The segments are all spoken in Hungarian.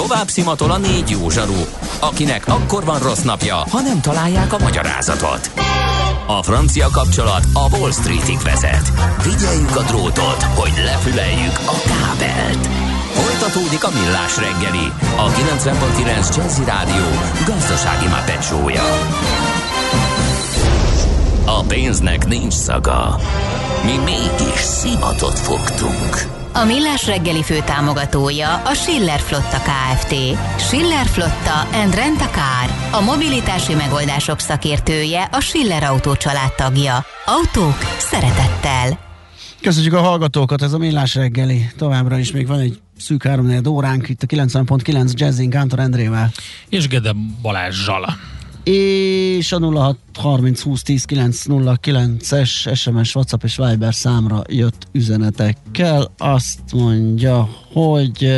Tovább szimatol a 4 jó zsaru, akinek akkor van rossz napja, ha nem találják a magyarázatot. A francia kapcsolat a Wall Streetig vezet. Figyeljük a drótot, hogy lefüleljük a kábelt. Folytatódik a Millás reggeli, a 90.9 Jazzy Rádió gazdasági mápecsója. A pénznek nincs szaga. Mi mégis szimatot fogtunk. A Millás reggeli főtámogatója a Schiller Flotta Kft. Schiller Flotta and Rent a Car. A mobilitási megoldások szakértője, a Schiller Autó családtagja. Autók szeretettel. Köszönjük a hallgatókat, ez a Millás reggeli. Továbbra is még van egy szűk 3-4 óránk itt a 90.9 Jazzin Kántor Endrével. És Gede Balázsral. És a 063020100909-es SMS, WhatsApp és Viber számra jött üzenetekkel. Azt mondja, hogy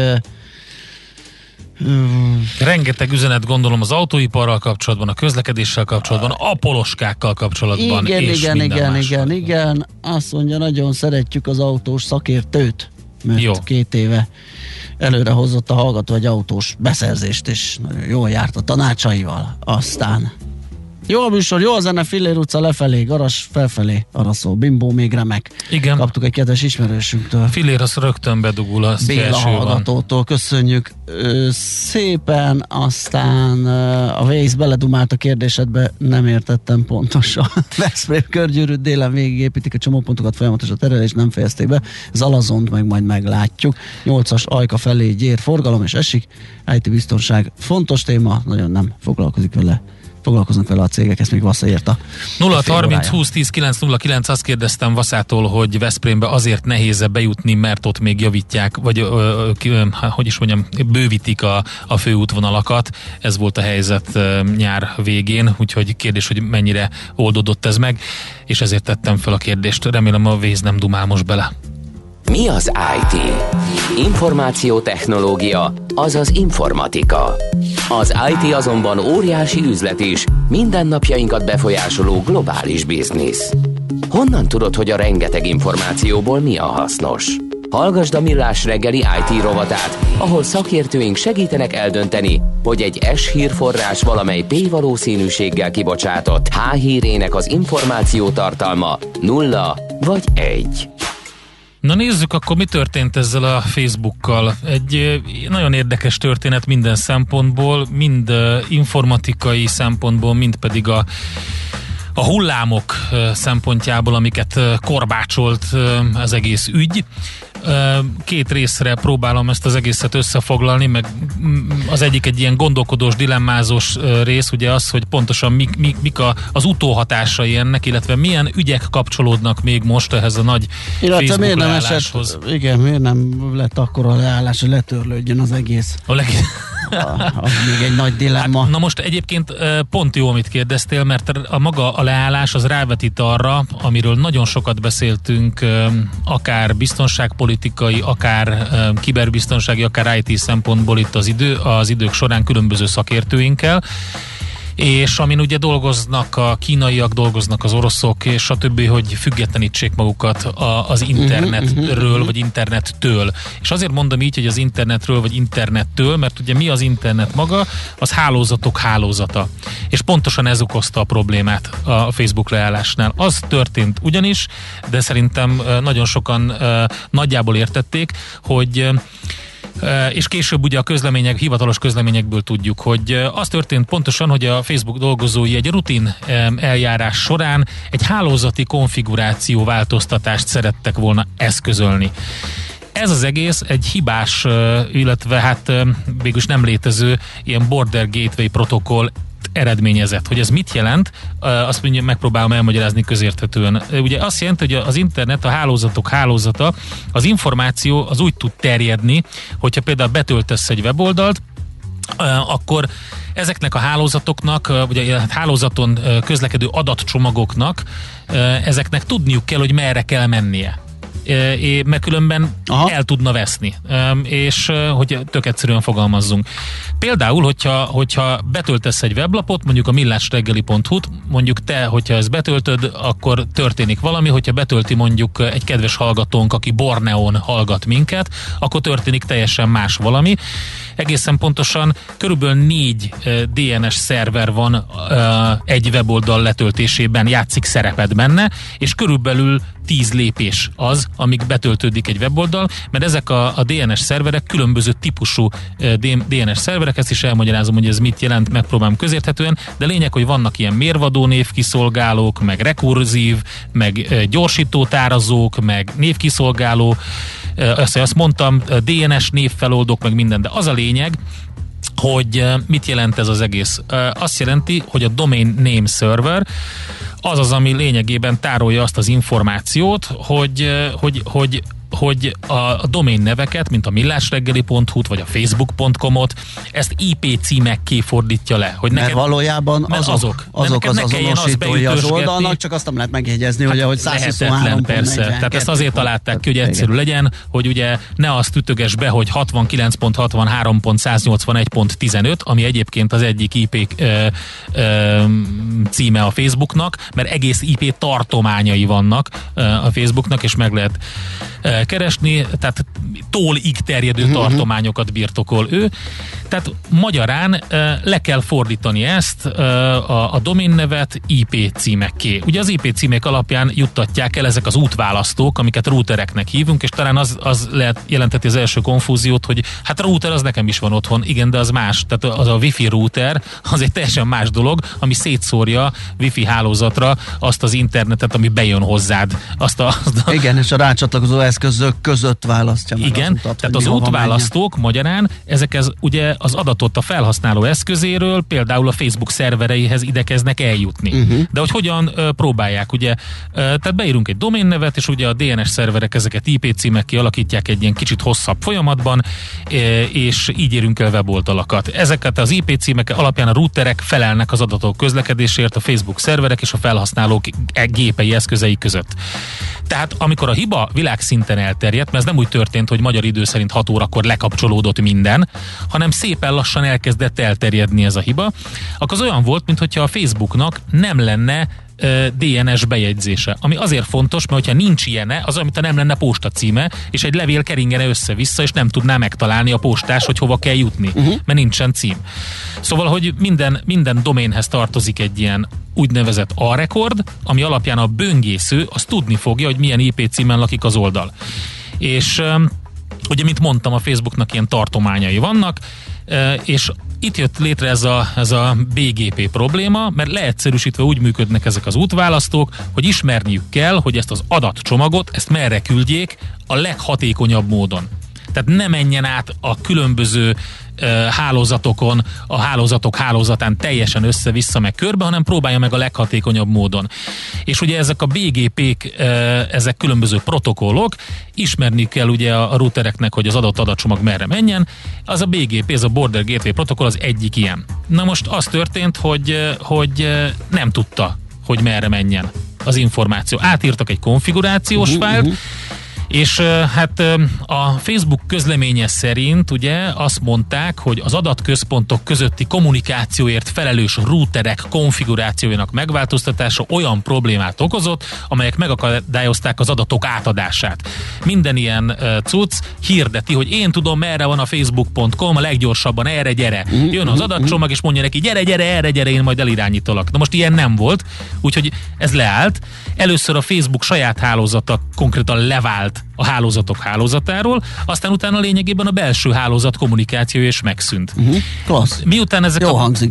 rengeteg üzenet, gondolom, az autóiparral kapcsolatban, a közlekedéssel kapcsolatban, a poloskákkal kapcsolatban. Igen. Azt mondja, nagyon szeretjük az autós szakértőt, mert jó. 2 éve előre hozott a hallgató egy autós beszerzést, és nagyon jól járt a tanácsaival. Aztán jó a műsor, jó a zene, Fillér utca lefelé, Garas felfelé, arra szól, Bimbó még remek. Igen. Kaptuk egy kedves ismerősünktől. Fillér az rögtön bedugul, az Béla hallgatótól, köszönjük szépen. Aztán a Waze beledumált a kérdésedbe, nem értettem pontosan. Veszprém körgyűrűt délen végigépítik a csomópontokat, folyamatos a terelés, nem fejezték be. Zalazont meg majd meglátjuk. 8-as Ajka felé gyér forgalom és esik. IT biztonság fontos téma, nagyon nem foglalkoznak vele a cégek, ezt még Vassza írta. 063020100909, azt kérdeztem Vasszától, hogy Veszprémbe azért nehézebb bejutni, mert ott még javítják, vagy bővítik a főútvonalakat. Ez volt a helyzet nyár végén, úgyhogy kérdés, hogy mennyire oldódott ez meg, és ezért tettem fel a kérdést. Remélem a Waze nem dumál most bele. Mi az IT? Információtechnológia, azaz informatika. Az IT azonban óriási üzlet is, mindennapjainkat befolyásoló globális biznisz. Honnan tudod, hogy a rengeteg információból mi a hasznos? Hallgasd a Millás reggeli IT rovatát, ahol szakértőink segítenek eldönteni, hogy egy S-hírforrás valamely P-valószínűséggel kibocsátott H-hírének az információ tartalma 0 vagy 1. Na nézzük akkor, mi történt ezzel a Facebookkal. Egy nagyon érdekes történet minden szempontból, mind informatikai szempontból, mind pedig a hullámok szempontjából, amiket korbácsolt az egész ügy. 2 részre próbálom ezt az egészet összefoglalni, meg az egyik egy ilyen gondolkodós, dilemmázós rész, ugye az, hogy pontosan mik az utóhatásai ennek, illetve milyen ügyek kapcsolódnak még most ehhez a nagy Facebook leálláshoz. Miért nem lett akkora leállás, hogy letörlődjön az egész? Az még egy nagy dilemma. Hát, na most egyébként pont jó, amit kérdeztél, mert a leállás az rávetít arra, amiről nagyon sokat beszéltünk, akár biztonságpolitikai, akár kiberbiztonsági, akár IT szempontból itt az idők során különböző szakértőinkkel, és amin ugye dolgoznak a kínaiak, dolgoznak az oroszok, és a többi, hogy függetlenítsék magukat az internetről, vagy internettől. És azért mondom így, hogy az internetről, vagy internettől, mert ugye mi az internet maga? Az hálózatok hálózata. És pontosan ez okozta a problémát a Facebook leállásnál. Az történt ugyanis, de szerintem nagyon sokan nagyjából értették, hogy és később ugye a hivatalos közleményekből tudjuk, hogy az történt pontosan, hogy a Facebook dolgozói egy rutin eljárás során egy hálózati konfiguráció változtatást szerettek volna eszközölni. Ez az egész egy hibás, illetve hát végülis nem létező ilyen Border Gateway protokoll eredményezett. Hogy ez mit jelent, azt mondja, megpróbálom elmagyarázni közérthetően. Ugye azt jelenti, hogy az internet, a hálózatok hálózata, az információ az úgy tud terjedni, hogyha például betöltesz egy weboldalt, akkor ezeknek a hálózatoknak, vagy a hálózaton közlekedő adatcsomagoknak, ezeknek tudniuk kell, hogy merre kell mennie. mert különben el tudna veszni. És hogy tök egyszerűen fogalmazzunk. Például, hogyha betöltesz egy weblapot, mondjuk a millásreggeli.hu-t, mondjuk te, hogyha ezt betöltöd, akkor történik valami, hogyha betölti mondjuk egy kedves hallgatónk, aki Borneón hallgat minket, akkor történik teljesen más valami. Egészen pontosan körülbelül 4 DNS szerver van egy weboldal letöltésében, játszik szerepet benne, és körülbelül 10 lépés az, amíg betöltődik egy weboldal, mert ezek a DNS szerverek különböző típusú DNS szerverek, ezt is elmagyarázom, hogy ez mit jelent, megpróbálom közérthetően, de lényeg, hogy vannak ilyen mérvadó névkiszolgálók, meg rekurzív, meg gyorsítótárazók, meg névkiszolgáló, azt mondtam, DNS névfeloldók, meg minden, de az a lényeg, hogy mit jelent ez az egész? Azt jelenti, hogy a domain name server az, ami lényegében tárolja azt az információt, hogy a domain neveket, mint a millásreggeli.hu-t, vagy a facebook.com-ot, ezt IP címekké fordítja le. Hogy mert valójában azok az azonosítói az oldalnak, csak azt nem lehet megjegyezni, hogy ahogy 123. Persze. Tehát ezt azért találták ki, hogy egyszerű legyen, hogy ugye ne azt ütöges be, hogy 69.63.181.15, ami egyébként az egyik IP címe a Facebooknak, mert egész IP tartományai vannak a Facebooknak, és meg lehet keresni, tehát tólig terjedő tartományokat birtokol ő. Tehát magyarán le kell fordítani ezt, a domain nevet IP címekké. Ugye az IP címek alapján juttatják el ezek az útválasztók, amiket routereknek hívunk, és talán az jelenteti az első konfúziót, hogy hát a router az nekem is van otthon, igen, de az más. Tehát az a wifi router, az egy teljesen más dolog, ami szétszórja wifi hálózatra azt az internetet, ami bejön hozzád. Igen, és a rácsatlakozó eszközök között választja meg. Igen, tehát az útválasztók magyarán, ezekhez ugye az adatot a felhasználó eszközéről például a Facebook szervereihez igyekeznek eljutni. De hogy hogyan próbálják, ugye, tehát beírunk egy domain nevet, és ugye a DNS szerverek ezeket IP címekké alakítják egy ilyen kicsit hosszabb folyamatban, és így érünk el weboldalakat. Ezeket az IP címek alapján a routerek felelnek az adatok közlekedésért a Facebook szerverek és a felhasználók gépei eszközei között. Tehát amikor a hiba világszinten elterjedt, mert ez nem úgy történt, hogy magyar idő szerint 6 órakor lekapcsolódott minden, hanem szépen lassan elkezdett elterjedni ez a hiba, akkor az olyan volt, mintha a Facebooknak nem lenne DNS bejegyzése. Ami azért fontos, mert hogyha nincs ilyene, az olyan, mintha nem lenne postacíme, és egy levél keringene össze-vissza, és nem tudná megtalálni a postás, hogy hova kell jutni, mert nincsen cím. Szóval, hogy minden doménhez tartozik egy ilyen úgynevezett A-rekord, ami alapján a böngésző az tudni fogja, hogy milyen IP címen lakik az oldal. És ugye, mint mondtam, a Facebooknak ilyen tartományai vannak, és itt jött létre ez a BGP probléma, mert leegyszerűsítve úgy működnek ezek az útválasztók, hogy ismerniük kell, hogy ezt az adatcsomagot, ezt merre küldjék a leghatékonyabb módon. Tehát ne menjen át a különböző hálózatokon, a hálózatok hálózatán teljesen össze-vissza meg körbe, hanem próbálja meg a leghatékonyabb módon. És ugye ezek a BGP-k, ezek különböző protokollok, ismerni kell ugye a routereknek, hogy az adott adatcsomag merre menjen. Az a BGP, ez a Border Gateway protokoll az egyik ilyen. Na most az történt, hogy nem tudta, hogy merre menjen az információ. Átírtak egy konfigurációs fájlt, és hát a Facebook közleménye szerint ugye azt mondták, hogy az adatközpontok közötti kommunikációért felelős routerek konfigurációjának megváltoztatása olyan problémát okozott, amelyek megakadályozták az adatok átadását. Minden ilyen cucc hirdeti, hogy én tudom, merre van a facebook.com, a leggyorsabban, erre gyere. Jön az adatcsomag, és mondja neki, gyere, erre gyere, én majd elirányítalak. Na most ilyen nem volt, úgyhogy ez leállt. Először a Facebook saját hálózata konkrétan levált a hálózatok hálózatáról, aztán utána lényegében a belső hálózat kommunikációja is megszűnt. Klassz. Miután ezek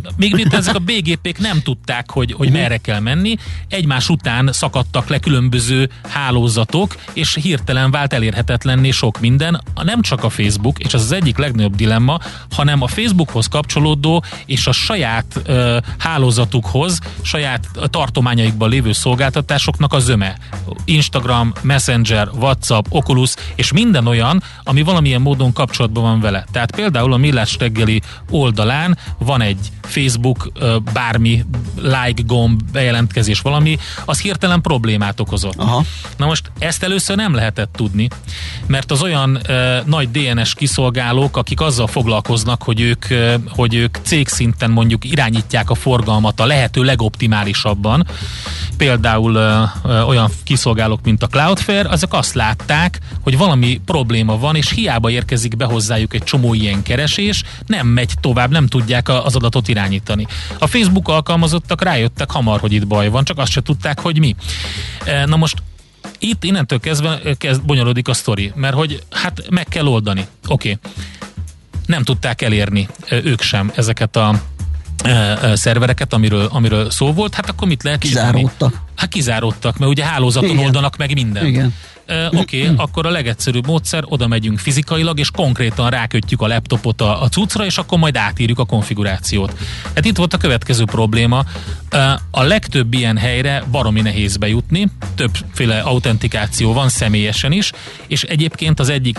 a BGP-k nem tudták, hogy merre kell menni, egymás után szakadtak le különböző hálózatok, és hirtelen vált elérhetetlenné sok minden, nem csak a Facebook, és az egyik legnagyobb dilemma, hanem a Facebookhoz kapcsolódó és a saját hálózatukhoz, saját tartományaikban lévő szolgáltatásoknak a zöme. Instagram, Messenger, WhatsApp, Oculus, és minden olyan, ami valamilyen módon kapcsolatban van vele. Tehát például a Millás reggeli oldalán van egy Facebook, bármi like gomb, bejelentkezés valami, az hirtelen problémát okozott. Aha. Na most ezt először nem lehetett tudni, mert az olyan nagy DNS kiszolgálók, akik azzal foglalkoznak, hogy ők cégszinten mondjuk irányítják a forgalmat a lehető legoptimálisabban, például olyan kiszolgálók, mint a Cloudflare, azok azt látták, hogy valami probléma van, és hiába érkezik be hozzájuk egy csomó ilyen keresés, nem megy tovább, nem tudják az adatot irányítani. A Facebook alkalmazottak rájöttek hamar, hogy itt baj van, csak azt se tudták, hogy mi. Na most itt innentől kezdve bonyolódik a sztori, mert hogy hát meg kell oldani. Oké. Nem tudták elérni ők sem ezeket a szervereket, amiről szó volt, hát akkor mit lehet csinálni? Kizáródtak. Hát kizáródtak, mert ugye hálózaton oldanak meg mindent. Igen. Oké, akkor a legegyszerűbb módszer, oda megyünk fizikailag, és konkrétan rákötjük a laptopot a cuccra, és akkor majd átírjuk a konfigurációt. Hát itt volt a következő probléma. A legtöbb ilyen helyre baromi nehéz bejutni, többféle autentikáció van személyesen is, és egyébként az egyik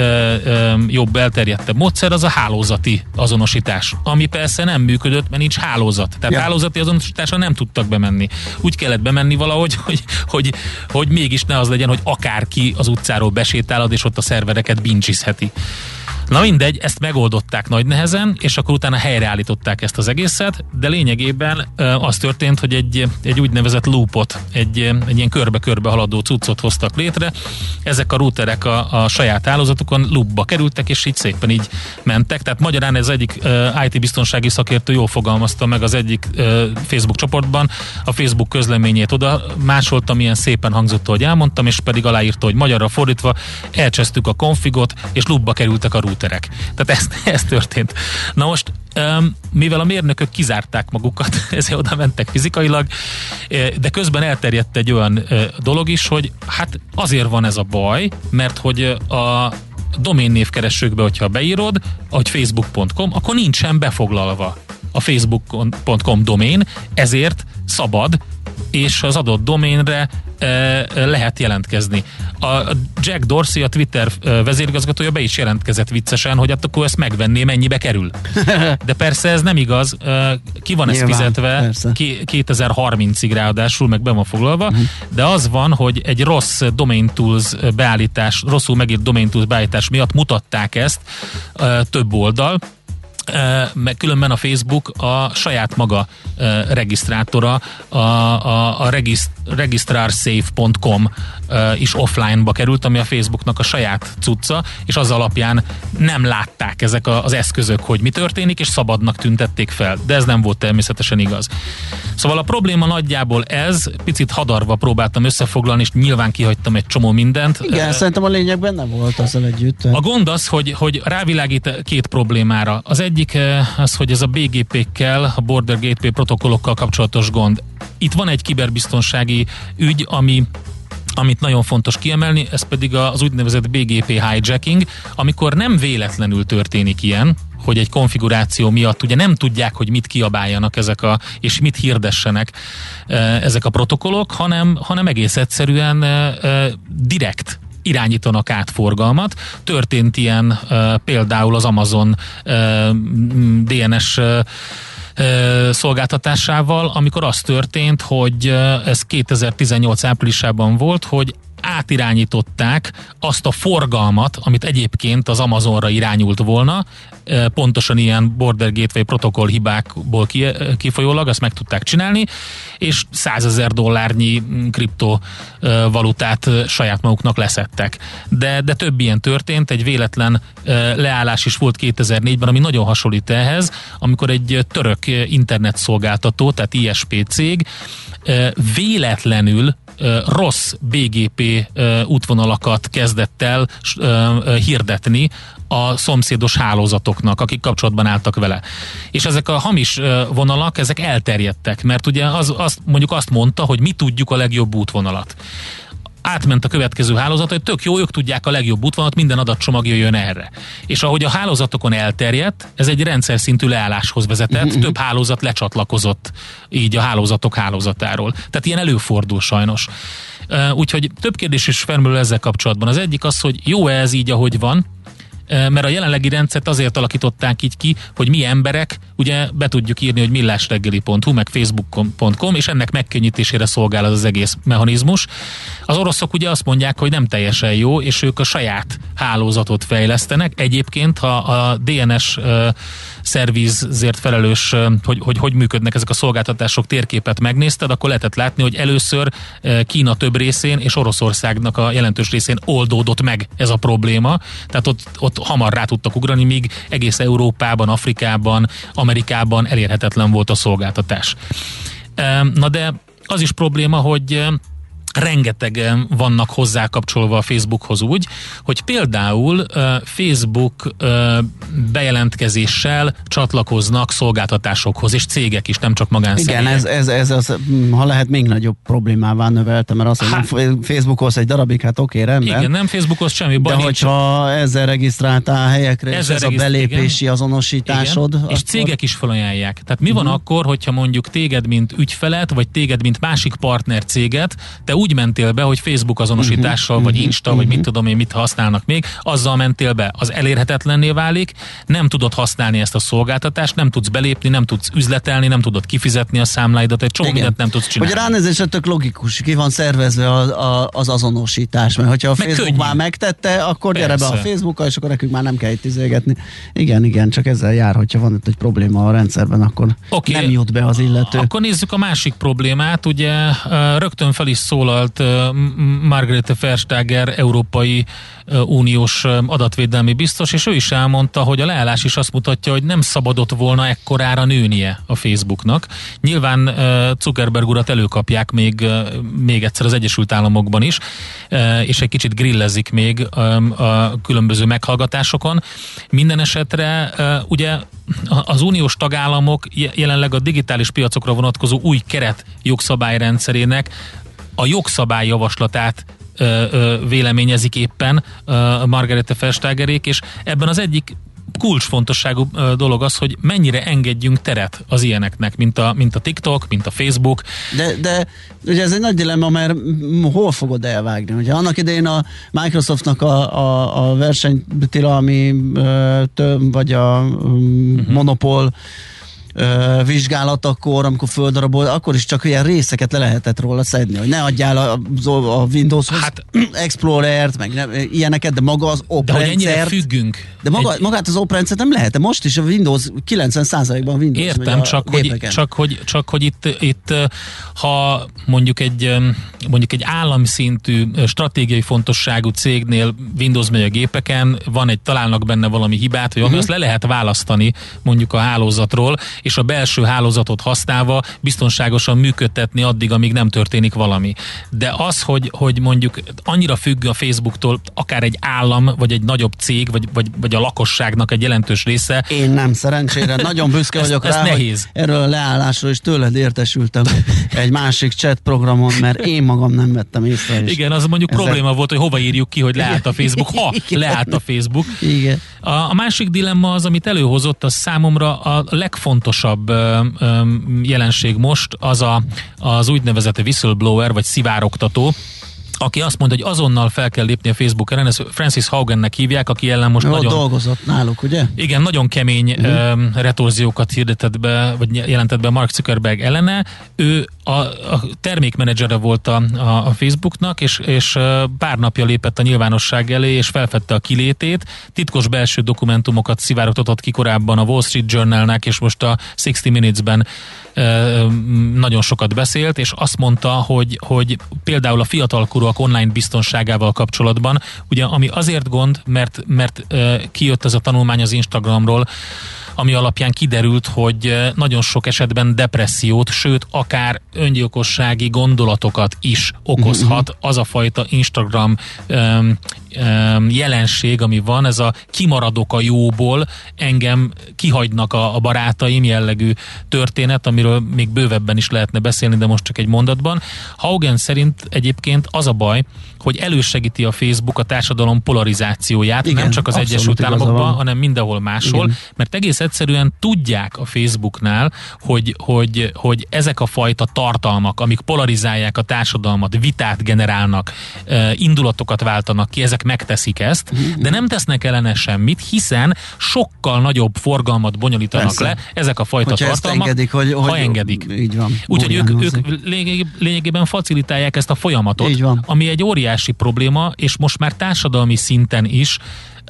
legjobb elterjedtebb módszer az a hálózati azonosítás, ami persze nem működött, mert nincs hálózat. Tehát hálózati azonosításra nem tudtak bemenni. Úgy kellett bemenni valahogy, hogy mégis ne az legyen, hogy akárki az utcáról besétálad, és ott a szervereket bincsizheti. Na mindegy, ezt megoldották nagy nehezen, és akkor utána helyreállították ezt az egészet, de lényegében az történt, hogy egy úgynevezett loopot, egy ilyen körbe-körbe haladó cuccot hoztak létre. Ezek a routerek a saját hálózatukon loopba kerültek, és így szépen így mentek. Tehát magyarán ez egyik IT biztonsági szakértő jól fogalmazta meg az egyik Facebook csoportban, a Facebook közleményét oda másoltam, milyen szépen hangzott, ahogy elmondtam, és pedig aláírta, hogy magyarra fordítva elcsesztük a konfigot, és loopba kerültek a routerek. Tehát ez történt. Na most, mivel a mérnökök kizárták magukat, ezért oda mentek fizikailag, de közben elterjedt egy olyan dolog is, hogy hát azért van ez a baj, mert hogy a doménnévkeresőkbe, hogyha beírod, hogy facebook.com, akkor nincsen befoglalva a facebook.com domén, ezért szabad, és az adott doménre lehet jelentkezni. A Jack Dorsey, a Twitter vezérigazgatója be is jelentkezett viccesen, hogy hát akkor ezt megvenné, mennyibe kerül. De persze ez nem igaz, ki van ez fizetve 2030-ig ráadásul, meg be van foglalva, de az van, hogy egy rossz domain tools beállítás, rosszul megírt domain tools beállítás miatt mutatták ezt több oldal, meg különben a Facebook a saját maga regisztrátora, a registrarsafe.com is offline-ba került, ami a Facebooknak a saját cucca, és az alapján nem látták ezek az eszközök, hogy mi történik, és szabadnak tüntették fel. De ez nem volt természetesen igaz. Szóval a probléma nagyjából ez, picit hadarva próbáltam összefoglalni, és nyilván kihagytam egy csomó mindent. Igen, szerintem a lényeg benne volt azzal együtt. A gond az, hogy rávilágít két problémára. Az egyik az, hogy ez a BGP-kkel, a Border Gateway protokollokkal kapcsolatos gond. Itt van egy kiberbiztonsági ügy, amit nagyon fontos kiemelni, ez pedig az úgynevezett BGP hijacking, amikor nem véletlenül történik ilyen, hogy egy konfiguráció miatt ugye nem tudják, hogy mit kiabáljanak és mit hirdessenek ezek a protokollok, hanem egész egyszerűen direkt irányítanak át forgalmat. Történt ilyen például az Amazon DNS szolgáltatásával, amikor az történt, hogy ez 2018 áprilisában volt, hogy átirányították azt a forgalmat, amit egyébként az Amazonra irányult volna, pontosan ilyen Border Gateway protokoll hibákból kifolyólag, azt meg tudták csinálni, és $100,000 kriptovalutát saját maguknak leszettek. De több ilyen történt, egy véletlen leállás is volt 2004-ben, ami nagyon hasonlít ehhez, amikor egy török internetszolgáltató, tehát ISP cég véletlenül rossz BGP útvonalakat kezdett el hirdetni a szomszédos hálózatoknak, akik kapcsolatban álltak vele. És ezek a hamis vonalak, ezek elterjedtek, mert ugye mondjuk azt mondta, hogy mi tudjuk a legjobb útvonalat. Átment a következő hálózat, hogy tök jó, ők tudják a legjobb útvonalat, minden adatcsomagja jön erre. És ahogy a hálózatokon elterjedt, ez egy rendszer szintű leálláshoz vezetett, több hálózat lecsatlakozott így a hálózatok hálózatáról. Tehát ilyen előfordul sajnos. Úgyhogy több kérdés is felmerül ezzel kapcsolatban. Az egyik az, hogy jó-e ez így, ahogy van, mert a jelenlegi rendszert azért alakították így ki, hogy mi emberek ugye be tudjuk írni, hogy millásreggeli.hu, meg facebook.com, és ennek megkönnyítésére szolgál az egész mechanizmus. Az oroszok ugye azt mondják, hogy nem teljesen jó, és ők a saját hálózatot fejlesztenek. Egyébként, ha a DNS szervizért felelős, hogy működnek ezek a szolgáltatások térképet megnézted, akkor lehetett látni, hogy először Kína több részén és Oroszországnak a jelentős részén oldódott meg ez a probléma. Tehát ott hamar rá tudtak ugrani, míg egész Európában, Afrikában, Amerikában elérhetetlen volt a szolgáltatás. Na de az is probléma, hogy rengetegen vannak hozzá kapcsolva a Facebookhoz úgy, hogy például Facebook bejelentkezéssel csatlakoznak szolgáltatásokhoz, és cégek is, nem csak magánszemélyek. Igen, ez az, ha lehet, még nagyobb problémává növelte, mert azt mondom, Facebookhoz egy darabig, hát oké, rendben. Igen, nem Facebookhoz semmi baj. De hogyha ezzel regisztráltál helyekre, és ez a belépési igen, azonosításod. Igen, és cégek is felajánlják. Tehát mi van akkor, hogyha mondjuk téged, mint ügyfelet, vagy téged, mint másik partner céget, te úgy mentél be, hogy Facebook azonosítással, vagy Insta, vagy mit tudom én, mit használnak még, azzal mentél be, az elérhetetlenné válik, nem tudod használni ezt a szolgáltatást, nem tudsz belépni, nem tudsz üzletelni, nem tudod kifizetni a számláidat, egy csomó mindent nem tudsz csinálni. Hogy ránézésre tök logikus, ki van szervezve az azonosítás, mert hogyha a Facebook könnyű. Már megtette, akkor gyere be a Facebookra, és akkor nekünk már nem kell itt izélgetni. Igen, csak ezzel jár, hogyha van itt egy probléma a rendszerben, akkor nem jut be az illető. Akkor nézzük a másik problémát, ugye rögtön fel is szólalt Margrethe Vestager, Európai Uniós adatvédelmi biztos, és ő is elmondta, hogy a leállás is azt mutatja, hogy nem szabadott volna ekkorára nőnie a Facebooknak. Nyilván Zuckerberg urat előkapják még egyszer az Egyesült Államokban is, és egy kicsit grillezik még a különböző meghallgatásokon. Minden esetre ugye az uniós tagállamok jelenleg a digitális piacokra vonatkozó új keret jogszabályrendszerének a jogszabályjavaslatát véleményezik éppen Margrethe Vestagerék, és ebben az egyik kulcsfontosságú dolog az, hogy mennyire engedjünk teret az ilyeneknek, mint a TikTok, mint a Facebook. De ugye ez egy nagy dilemma, mert hol fogod elvágni? Ugye annak idején a Microsoftnak a versenytilalmi vagy a monopól vizsgálatakor, amikor földarabol, akkor is csak ilyen részeket le lehetett róla szedni, hogy ne adjál a Windowshoz Explorer-t, meg ilyeneket, de maga az oprendszert. De hogy ennyire függünk. De magát az oprendszert nem lehet, de most is a Windows 90%-ban Windows. Értem, csak hogy itt ha mondjuk egy állami szintű stratégiai fontosságú cégnél Windows megy a gépeken, találnak benne valami hibát, hogy azt le lehet választani mondjuk a hálózatról, és a belső hálózatot használva biztonságosan működtetni addig, amíg nem történik valami. De az, hogy mondjuk annyira függ a Facebooktól akár egy állam, vagy egy nagyobb cég, vagy a lakosságnak egy jelentős része. Én nem, szerencsére. Nagyon büszke vagyok rá, nehéz. Erről a leállásról is tőled értesültem egy másik chat programon, mert én magam nem vettem észre. Igen, az mondjuk probléma volt, hogy hova írjuk ki, hogy leállt a Facebook, ha leállt a Facebook. Igen. A másik dilemma az, amit előhozott, az számomra a legfontosabb jelenség most, az úgynevezett whistleblower, vagy szivárogtató, aki azt mondta, hogy azonnal fel kell lépni a Facebook ellen, ezt Francis Haugennek hívják, aki ellen most nagyon... dolgozott náluk, ugye? Igen, nagyon kemény retorziókat hirdetett be, vagy jelentett be Mark Zuckerberg ellene. Ő a termékmenedzsere volt a Facebooknak, és pár napja lépett a nyilvánosság elé, és felfedte a kilétét. Titkos belső dokumentumokat szivárogtatott ki korábban a Wall Street Journalnek, és most a 60 Minutes-ben nagyon sokat beszélt, és azt mondta, hogy például a fiatalkorúak online biztonságával kapcsolatban, ugye ami azért gond, mert kijött ez a tanulmány az Instagramról, ami alapján kiderült, hogy nagyon sok esetben depressziót, sőt, akár öngyilkossági gondolatokat is okozhat az a fajta Instagram jelenség, ami van, ez a kimaradok a jóból, engem kihagynak a barátaim jellegű történet, amiről még bővebben is lehetne beszélni, de most csak egy mondatban. Haugen szerint egyébként az a baj, hogy elősegíti a Facebook a társadalom polarizációját, igen, nem csak az Egyesült Államokban, hanem mindenhol máshol, igen. Mert egész egyszerűen tudják a Facebooknál, hogy ezek a fajta tartalmak, amik polarizálják a társadalmat, vitát generálnak, indulatokat váltanak ki, ezek megteszik ezt, de nem tesznek ellene semmit, hiszen sokkal nagyobb forgalmat bonyolítanak le ezek a fajta tartalmak, engedik, ha engedik. Így van. Úgyhogy ők lényegében facilitálják ezt a folyamatot, ami egy óriási probléma, és most már társadalmi szinten is,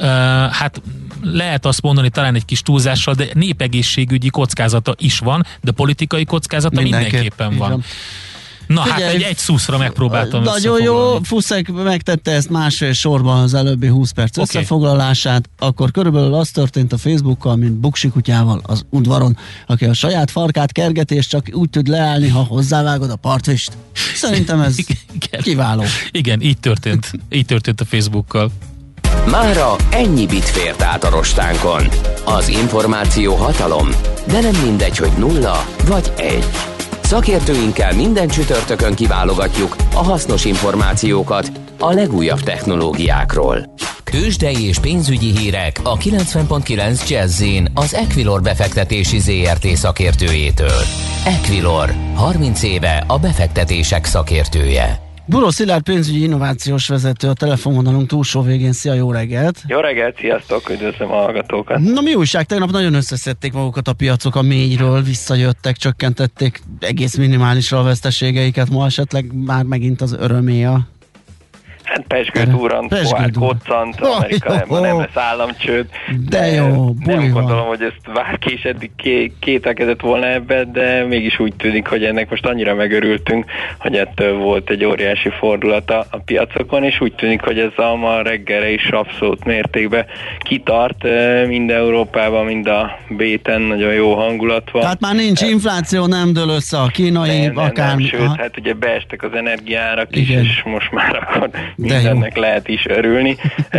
hát lehet azt mondani talán egy kis túlzással, de népegészségügyi kockázata is van, de politikai kockázata mindenképpen van. Na figyelj, hát egy szuszra megpróbáltam nagyon jó, Fuszek megtette ezt másfél sorban az előbbi 20 perc összefoglalását, akkor körülbelül az történt a Facebookkal, mint Buksi kutyával az udvaron, aki a saját farkát kergeti, és csak úgy tud leállni, ha hozzávágod a partvist. Szerintem ez kiváló. Igen, így történt a Facebookkal. Mára ennyi bit fért át a rostánkon. Az információ hatalom, de nem mindegy, hogy 0 vagy 1. Szakértőinkkel minden csütörtökön kiválogatjuk a hasznos információkat a legújabb technológiákról. Tőzsdei és pénzügyi hírek a 90.9 Jazz-in az Equilor befektetési ZRT szakértőjétől. Equilor, 30 éve a befektetések szakértője. Buró Szilárd pénzügyi innovációs vezető a telefonvonalunk túlsó végén. Szia, jó reggelt! Jó reggelt, sziasztok, üdvözlöm a hallgatókat! Na mi újság? Tegnap nagyon összeszedték magukat a piacok a mélyről, visszajöttek, csökkentették egész minimálisra a veszteségeiket, ma esetleg már megint az örömé a... Hát Pezsgő-Durant, koccant, Amerikában nem lesz államcsőd. De jó, nem gondolom, hogy ezt bárki is eddig kételkedett volna ebben, de mégis úgy tűnik, hogy ennek most annyira megörültünk, hogy ettől volt egy óriási fordulata a piacokon, és úgy tűnik, hogy ez a ma reggelre is abszolút mértékben kitart, mind Európában, mind a B-ten nagyon jó hangulat van. Tehát már nincs infláció, nem dől össze a kínai, akármi. Nem, sőt, hát ugye beestek az energiaárak is, és most már akkor mindennek lehet is örülni.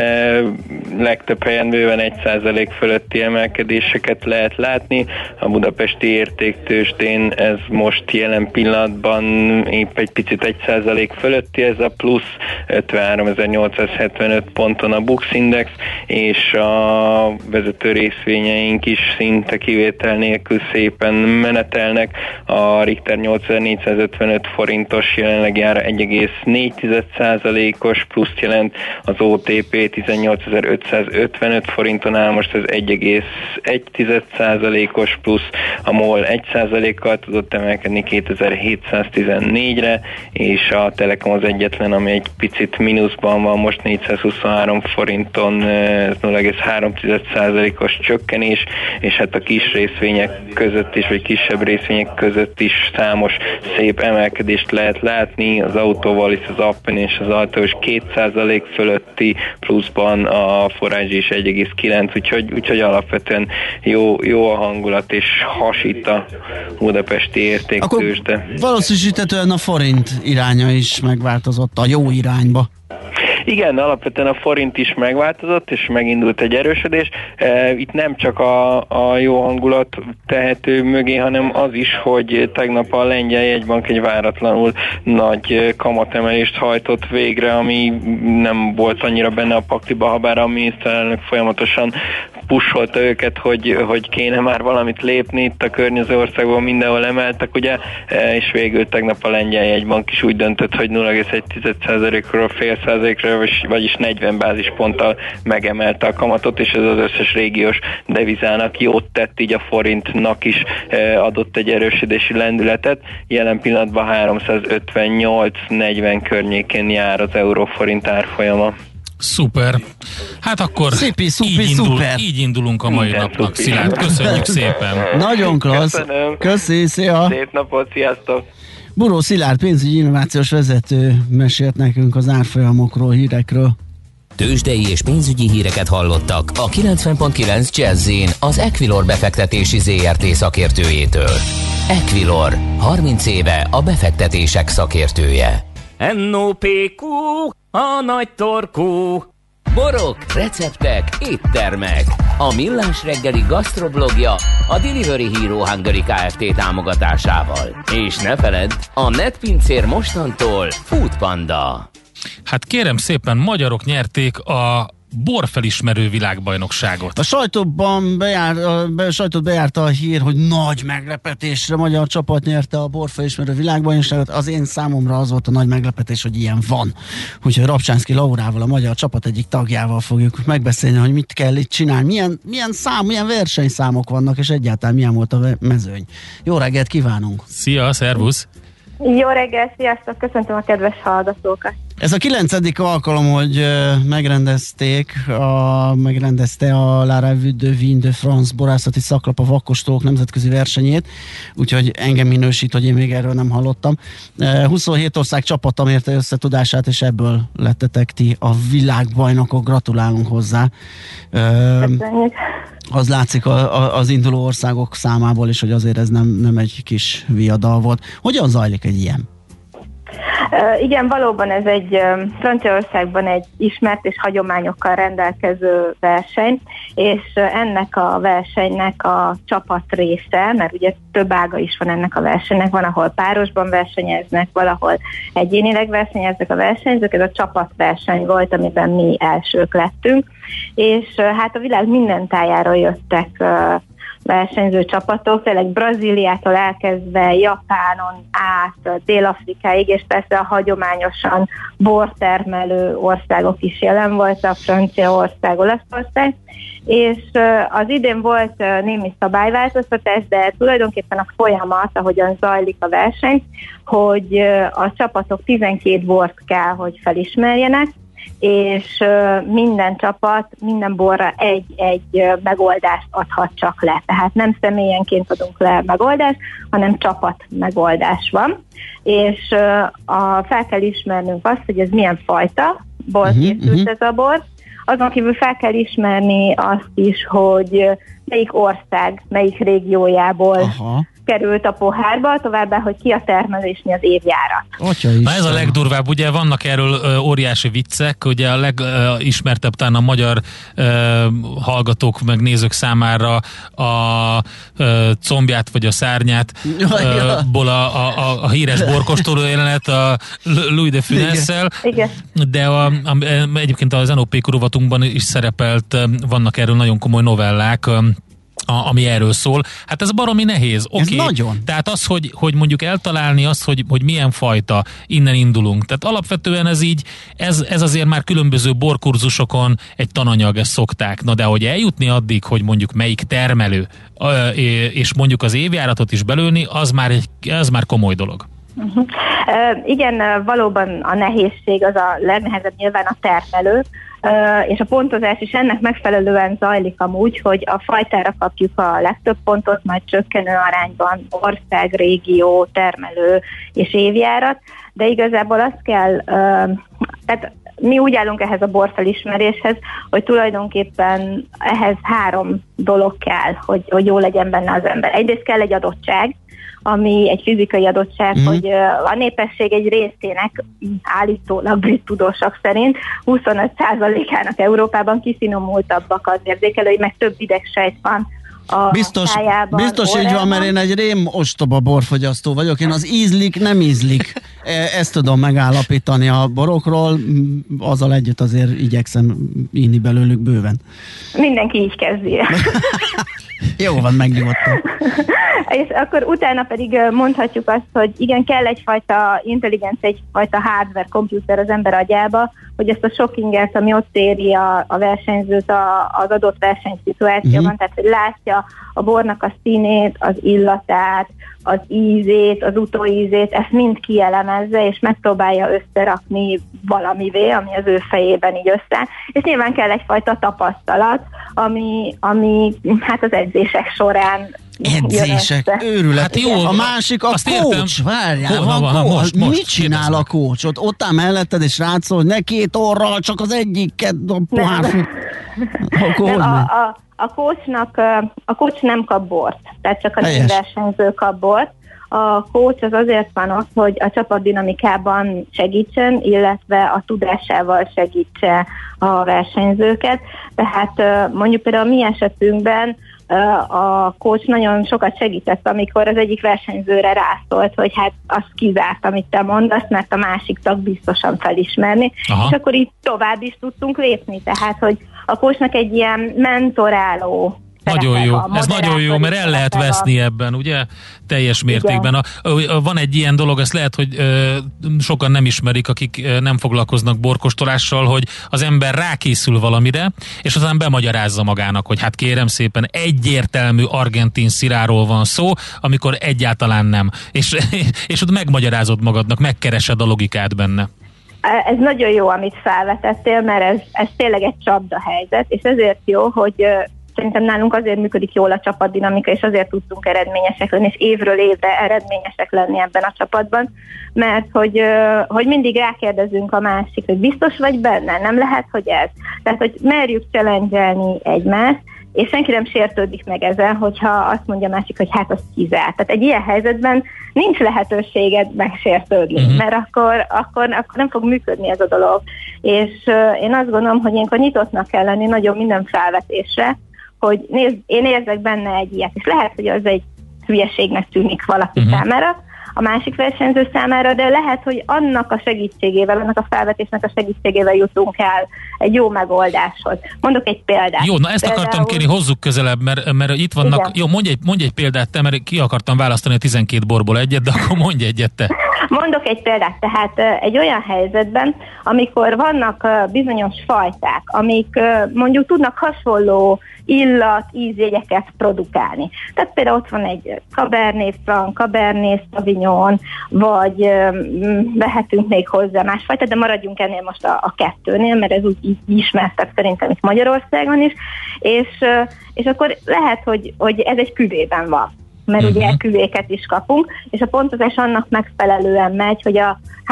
Legtöbb helyen bőven 1% fölötti emelkedéseket lehet látni. A budapesti értéktőzsdén ez most jelen pillanatban épp egy picit 1% fölötti, ez a plusz 53.875 ponton a Bux Index, és a vezető részvényeink is szinte kivétel nélkül szépen menetelnek. A Richter 8455 forintos jelenlegi ára 1,4%-os pluszt jelent, az OTP 18.555 forinton áll, most ez 1,1%-os plusz, a MOL 1%-kal tudott emelkedni 2714-re, és a Telekom az egyetlen, ami egy picit mínuszban van, most 423 forinton 0,3%-os csökkenés, és hát a kis részvények között is, vagy kisebb részvények között is számos szép emelkedést lehet látni, az Autóval, az Appen és az Alteos 2% fölötti pluszban, a Forage is 1,9, úgyhogy alapvetően jó a hangulat, és hasít a budapesti értéktőzsde. Akkor valószínűsíthetően a forint iránya is megváltozott a jó irányba. Igen, alapvetően a forint is megváltozott, és megindult egy erősödés. Itt nem csak a jó hangulat tehető mögé, hanem az is, hogy tegnap a lengyel jegybank egy váratlanul nagy kamatemelést hajtott végre, ami nem volt annyira benne a pakliba, habár a miniszterelnök folyamatosan pusolta őket, hogy kéne már valamit lépni, itt a környező országban mindenhol emeltek, ugye, és végül tegnap a lengyel jegybank is úgy döntött, hogy 0,1%-ról fél százalékra, vagyis 40 bázisponttal megemelte a kamatot, és ez az összes régiós devizának jót tett, így a forintnak is adott egy erősödési lendületet. Jelen pillanatban 358-40 környékén jár az euró-forint árfolyama. Szuper. Hát akkor így indulunk a mai napnak. Szilárd, köszönjük szépen. Nagyon klassz. Köszi, szia. Szép napot, sziasztok. Buró Szilárd pénzügyi innovációs vezető mesélt nekünk az árfolyamokról, hírekről. Tőzsdei és pénzügyi híreket hallottak a 90.9 Jazz-in az Equilor befektetési ZRT szakértőjétől. Equilor, 30 éve a befektetések szakértője. NOPQ, a nagy torkú. Borok, receptek, éttermek. A Millás reggeli gasztroblogja a Delivery Hero Hungary Kft. Támogatásával. És ne feledd, a netpincér mostantól Food Panda. Hát kérem szépen, magyarok nyerték a borfelismerő világbajnokságot. A sajtót bejárta a hír, hogy nagy meglepetésre magyar csapat nyerte a borfelismerő világbajnokságot. Az én számomra az volt a nagy meglepetés, hogy ilyen van. Úgyhogy Rabcsánszky Laurával, a magyar csapat egyik tagjával fogjuk megbeszélni, hogy mit kell itt csinálni, milyen versenyszámok vannak, és egyáltalán milyen volt a mezőny. Jó reggelt kívánunk! Szia, szervusz! Jó reggel, sziasztok! Köszöntöm a kedves hallgatókat! Ez a 9. alkalom, hogy megrendezte a La Revue de Vin de France borászati szaklap a vakkostolók nemzetközi versenyét, úgyhogy engem minősít, hogy én még erről nem hallottam. 27 ország csapata mérte össze tudását, és ebből lettetek ti a világbajnokok, gratulálunk hozzá. Köszönjük! Az látszik az induló országok számából is, hogy azért ez nem egy kis viadal volt. Hogyan zajlik egy ilyen? Igen, valóban ez egy Franciaországban egy ismert és hagyományokkal rendelkező verseny, és ennek a versenynek a csapat része, mert ugye több ága is van ennek a versenynek, van, ahol párosban versenyeznek, valahol egyénileg versenyeznek a versenyzők, ez a csapatverseny volt, amiben mi elsők lettünk, és hát a világ minden tájáról jöttek versenyző csapatok, tényleg Brazíliától elkezdve Japánon át Dél-Afrikáig, és persze a hagyományosan bortermelő országok is jelen voltak, Franciaország, Olaszország, és az idén volt némi szabályváltoztatás, de tulajdonképpen a folyamat, ahogyan zajlik a verseny, hogy a csapatok 12 bort kell, hogy felismerjenek, és minden csapat, minden borra egy megoldást adhat csak le. Tehát nem személyenként adunk le megoldást, hanem csapat megoldás van. És fel kell ismernünk azt, hogy ez milyen fajta bor készült ez a bor. Azon kívül fel kell ismerni azt is, hogy melyik ország, melyik régiójából került a pohárba, továbbá, hogy ki a termelő és mi az évjárat. Na ez a legdurvább, ugye vannak erről óriási viccek, ugye a legismertebb talán a magyar hallgatók meg nézők számára a combját vagy a szárnyát ból a híres borkóstoló jelenet a Louis de Funès-szel, de egyébként az NOP rovatunkban is szerepelt, vannak erről nagyon komoly novellák, ami erről szól. Hát ez baromi nehéz. Ez nagyon. Tehát az, hogy mondjuk eltalálni azt, hogy milyen fajta, innen indulunk. Tehát alapvetően ez így, ez azért már különböző borkurzusokon egy tananyag, ezt szokták. Na de hogy eljutni addig, hogy mondjuk melyik termelő, és mondjuk az évjáratot is belőni, az már komoly dolog. Igen, valóban a nehézség, az a legnehezebb nyilván a termelő, és a pontozás is ennek megfelelően zajlik amúgy, hogy a fajtára kapjuk a legtöbb pontot, majd csökkenő arányban ország, régió, termelő és évjárat, de igazából azt kell, tehát mi úgy állunk ehhez a borfelismeréshez, hogy tulajdonképpen ehhez 3 dolog kell, hogy jó legyen benne az ember. Egyrészt kell egy adottság, ami egy fizikai adottság, hogy a népesség egy részének állítólag brit tudósok szerint 25%-ának Európában kifinomultabbak az érzékelői, meg több idegsejt van a szájában. Biztos így van, mert én egy rém ostoba borfogyasztó vagyok. Én az ízlik, nem ízlik. Ezt tudom megállapítani a borokról, azzal együtt azért igyekszem inni belőlük bőven. Mindenki így kezdi. Jó van, megnyugodtam. És akkor utána pedig mondhatjuk azt, hogy igen, kell egyfajta intelligencia, egyfajta hardware, komputer az ember agyába, hogy ezt a sok ingert, ami ott éri a versenyzőt az adott versenyszituációban, tehát hogy látja a bornak a színét, az illatát, az ízét, az utóízét, ezt mind kielemezze, és megpróbálja összerakni valamivé, ami az ő fejében így össze. És nyilván kell egyfajta tapasztalat, ami hát az edzések során edzések, őrület. Hát jó, a másik a coach. Várjál, van coach. Mit csinál a coach? Ott áll melletted, és rád szól, hogy ne 2 orral, csak az egyiket pohár. A coach nem kap bort, tehát csak a versenyző kap bort. A coach az azért van ott, hogy a csapatdinamikában segítsen, illetve a tudásával segítse a versenyzőket. Tehát mondjuk például a mi esetünkben a coach nagyon sokat segített, amikor az egyik versenyzőre rászólt, hogy hát azt kizárt, amit te mondasz, mert a másik tag biztosan felismerni, és akkor így tovább is tudtunk lépni, tehát hogy a coachnak egy ilyen mentoráló. Nagyon jó, ez nagyon jó, mert el lehet veszni ebben, ugye? Teljes mértékben. Van egy ilyen dolog, ezt lehet, hogy sokan nem ismerik, akik nem foglalkoznak borkóstolással, hogy az ember rákészül valamire, és aztán bemagyarázza magának, hogy hát kérem szépen, egyértelmű argentin sziráról van szó, amikor egyáltalán nem. És ott megmagyarázod magadnak, megkeresed a logikát benne. Ez nagyon jó, amit felvetettél, mert ez tényleg egy csapdahelyzet, és ezért jó, hogy szerintem nálunk azért működik jól a csapatdinamika, és azért tudtunk eredményesek lenni, és évről évre eredményesek lenni ebben a csapatban, mert hogy mindig rákérdezünk a másik, hogy biztos vagy benne, nem lehet, hogy ez. Tehát, hogy merjük challenge-elni egymást, és senki nem sértődik meg ezen, hogyha azt mondja a másik, hogy hát az kizárt. Tehát egy ilyen helyzetben nincs lehetőséged megsértődni, mert akkor nem fog működni ez a dolog. És én azt gondolom, hogy ilyenkor nyitottnak kell lenni nagyon minden felvetésre, hogy nézd, én érzek benne egy ilyet, és lehet, hogy az egy hülyeségnek tűnik valaki számára, a másik versenyző számára, de lehet, hogy annak a segítségével, annak a felvetésnek a segítségével jutunk el egy jó megoldáshoz. Mondok egy példát. Jó, na ezt akartam kérni, hozzuk közelebb, mert itt vannak, igen. Jó, mondj egy példát te, mert ki akartam választani a 12 borból egyet, de akkor mondj egyet te. Mondok egy példát, tehát egy olyan helyzetben, amikor vannak bizonyos fajták, amik mondjuk tudnak hasonló illat, ízjegyeket produkálni. Tehát például ott van egy Cabernet Franc, Cabernet Sauvignon, vagy vehetünk még hozzá másfajta, de maradjunk ennél most a kettőnél, mert ez úgy ismertebb szerintem itt Magyarországon is, és akkor lehet, hogy ez egy küvében van, mert ugye küvéket is kapunk, és a pontozás annak megfelelően megy, hogy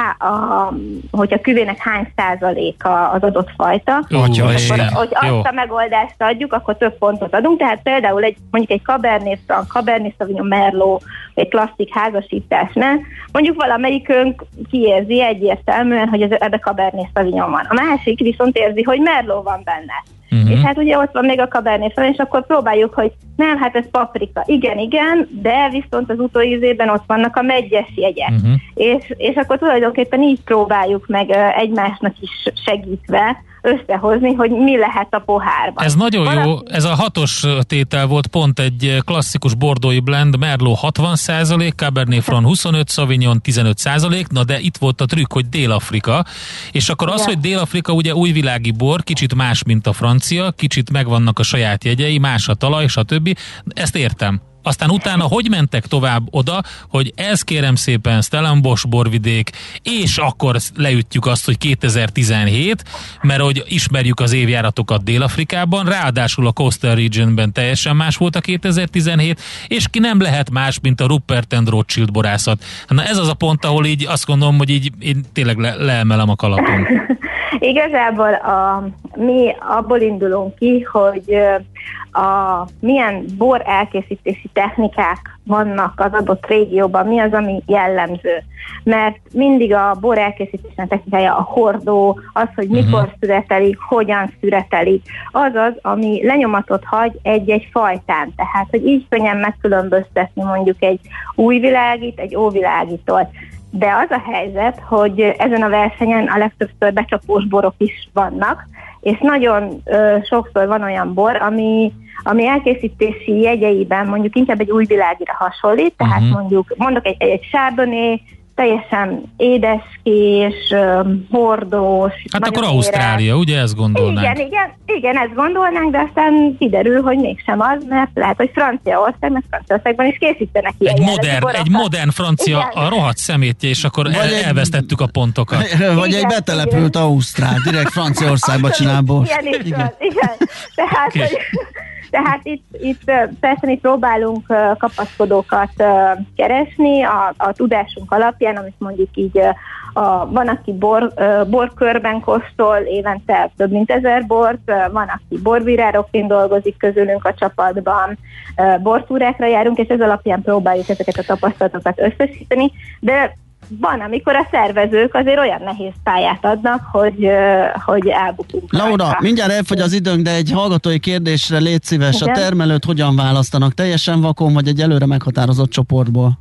hogy a küvének hány százaléka az adott fajta, hogy azt a megoldást adjuk, akkor több pontot adunk, tehát például mondjuk egy Cabernet Franc, Cabernet Sauvignon, Merlot, egy klasszik házasításnál, mondjuk valamelyikünk kiérzi egyértelműen, hogy ebbe Cabernet Sauvignon van. A másik viszont érzi, hogy Merlot van benne. És hát ugye ott van még a Cabernet Franc, és akkor próbáljuk, hogy nem, hát ez paprika. Igen, de viszont az utóízében ott vannak a meggyes jegyek. És akkor tulajdonképpen így próbáljuk meg egymásnak is segítve összehozni, hogy mi lehet a pohárban. Ez nagyon jó, ez a 6-os tétel volt pont egy klasszikus bordói blend, Merlot 60%, Cabernet Franc 25, Sauvignon 15%, na de itt volt a trükk, hogy Dél-Afrika, és akkor az, hogy Dél-Afrika ugye újvilági bor, kicsit más, mint a francia, kicsit megvannak a saját jegyei, más a talaj, stb. Ezt értem. Aztán utána hogy mentek tovább oda, hogy ez kérem szépen Stellenbosch borvidék, és akkor leütjük azt, hogy 2017, mert hogy ismerjük az évjáratokat Dél-Afrikában, ráadásul a Coastal Regionben teljesen más volt a 2017, és ki nem lehet más, mint a Rupert and Rothschild borászat. Na ez az a pont, ahol így azt gondolom, hogy így én tényleg leemelem a kalapom. Igazából mi abból indulunk ki, hogy milyen bor elkészítési technikák vannak az adott régióban, mi az, ami jellemző. Mert mindig a bor elkészítésnek technikája a hordó, az, hogy mikor szüretelik, hogyan szüretelik, azaz, ami lenyomatot hagy egy-egy fajtán. Tehát, hogy így könnyen megkülönböztetni mondjuk egy újvilágit egy óvilágitól. De az a helyzet, hogy ezen a versenyen a legtöbbször becsapós borok is vannak, és nagyon sokszor van olyan bor, ami elkészítési jegyeiben mondjuk inkább egy újvilágira hasonlít, tehát mondok egy Chardonnay, teljesen édeskés, hordós. Hát akkor Ausztrália, ugye ezt gondolnánk? Igen, ezt gondolnánk, de aztán kiderül, hogy mégsem az, mert lehet, hogy Franciaországban is készítenek ilyen. Egy modern francia, igen. A rohadt szemétje, és akkor elvesztettük a pontokat. Vagy egy betelepült ausztrál, direkt Franciaországba csinál bort. Igen. Tehát itt persze mi próbálunk kapaszkodókat keresni a tudásunk alapján, amit mondjuk így van, aki borkörben kóstol évente több mint 1000 bort, van, aki borbírárokként dolgozik közülünk a csapatban, bortúrákra járunk, és ez alapján próbáljuk ezeket a tapasztalatokat összesíteni, de van, amikor a szervezők azért olyan nehéz pályát adnak, hogy elbukunk. Laura, rajta. mindjárt elfogy az időnk, de egy hallgatói kérdésre légy szíves. Igen? A termelőt hogyan választanak? Teljesen vakon, vagy egy előre meghatározott csoportból?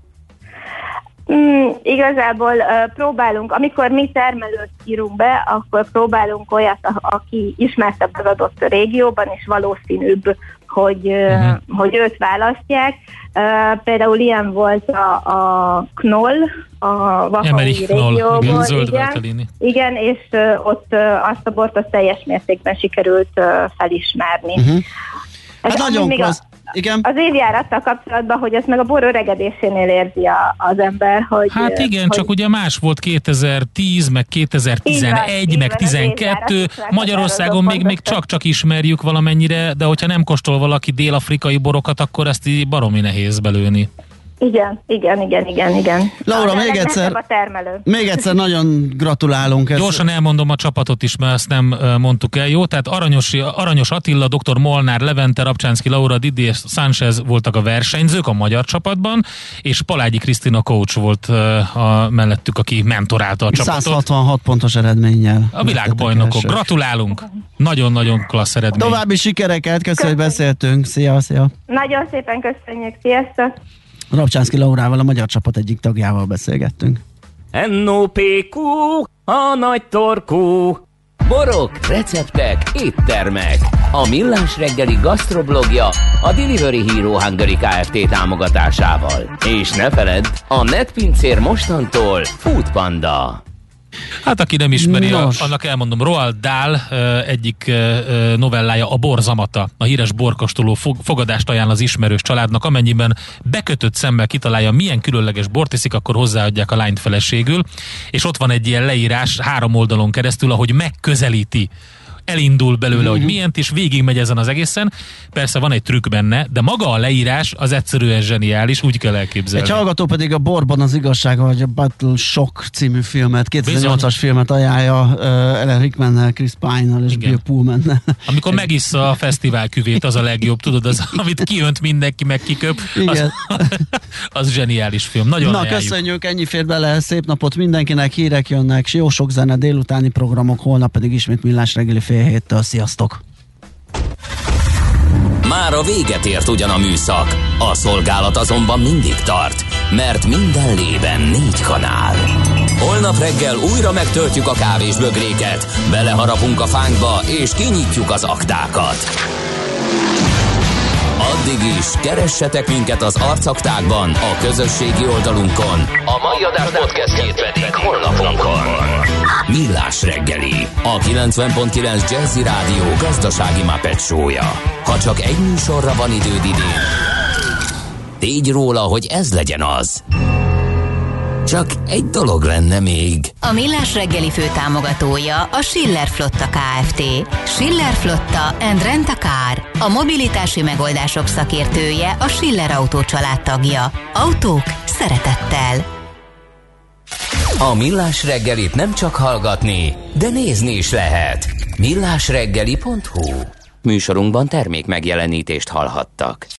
Igazából próbálunk, amikor mi termelőt írunk be, akkor próbálunk olyat, aki ismertebb az adott régióban, és valószínűbb, hogy őt választják. Például ilyen volt a Knoll, a Vahaui régióból. Igen, és ott azt a bort azt teljes mértékben sikerült felismerni. Hát nagyon klassz. Igen. Az évjárattal kapcsolatban, hogy ezt meg a bor öregedésénél érzi az ember, hogy... Hát igen, csak ugye más volt 2010, meg 2011, meg 2012. Magyarországon még csak még valamennyire, de hogyha nem kóstol valaki dél-afrikai borokat, akkor ezt így baromi nehéz belőni. Igen. Laura, még egyszer nagyon gratulálunk. Gyorsan elmondom a csapatot is, mert ezt nem mondtuk el, jó? Tehát Aranyos Attila, Dr. Molnár, Levente, Rabcsánszky Laura, Didier Sánchez voltak a versenyzők a magyar csapatban, és Palágyi Krisztina coach volt mellettük, aki mentorálta a csapatot. 166 pontos eredménnyel. A világbajnokok. Gratulálunk! Nagyon-nagyon klassz eredmény. További sikereket, köszönjük, hogy beszéltünk. Szia! Nagyon szépen köszönjük, sziasztok! Rabcsánszky Laurával, a magyar csapat egyik tagjával beszélgettünk. NOPQ, a nagy torkú. Borok, receptek, éttermek. A Millás reggeli gasztroblogja a Delivery Hero Hungary Kft. Támogatásával. És ne feledd, a netpincér mostantól Food Panda. Hát aki nem ismeri, annak elmondom, Roald Dahl egyik novellája, a Borzamata. A híres borkóstoló fogadást ajánl az ismerős családnak, amennyiben bekötött szemmel kitalálja, milyen különleges bort iszik, akkor hozzáadják a lányt feleségül, és ott van egy ilyen leírás 3 oldalon keresztül, ahogy megközelíti, elindul belőle, hogy milyen, és végigmegy ezen az egészen. Persze van egy trükk benne, de maga a leírás az egyszerűen zseniális, úgy kell elképzelni. Egy hallgató pedig a Borban az igazsága, hogy a Battle Shock című filmet, 2008-as filmet ajánlja Ellen Rickmannel, Chris Pine-nal és Bill Pullmannel. Amikor megissza a fesztivál küvét, az a legjobb, tudod, az, amit kiönt mindenki, meg kiköp, az zseniális film. Nagyon ajánljuk. Köszönjük, ennyi fér bele, szép napot mindenkinek, hírek jönnek, jó sok zene, délutáni programok, holnap pedig ismét Millás reggeli 6:30. Sziasztok! Már a véget ért ugyan a műszak, a szolgálat azonban mindig tart, mert minden lében 4 kanál. Holnap reggel újra megtöltjük a kávésbögréket, beleharapunk a fánkba és kinyitjuk az aktákat. Addig is keressetek minket az arcaktákban, a közösségi oldalunkon. A mai adás podcastjét pedig holnapunkon. Millás reggeli, a 90.9 Jazzy Rádió gazdasági Muppet show-ja. Ha csak egy műsorra van időd idén, tégy róla, hogy ez legyen az. Csak egy dolog lenne még. A Millás reggeli főtámogatója a Schiller Flotta Kft. Schiller Flotta and Rent a Car. A mobilitási megoldások szakértője, a Schiller Autó családtagja. Autók szeretettel. A Millás reggelit nem csak hallgatni, de nézni is lehet. millásreggeli.hu. Műsorunkban termék megjelenítést hallhattak.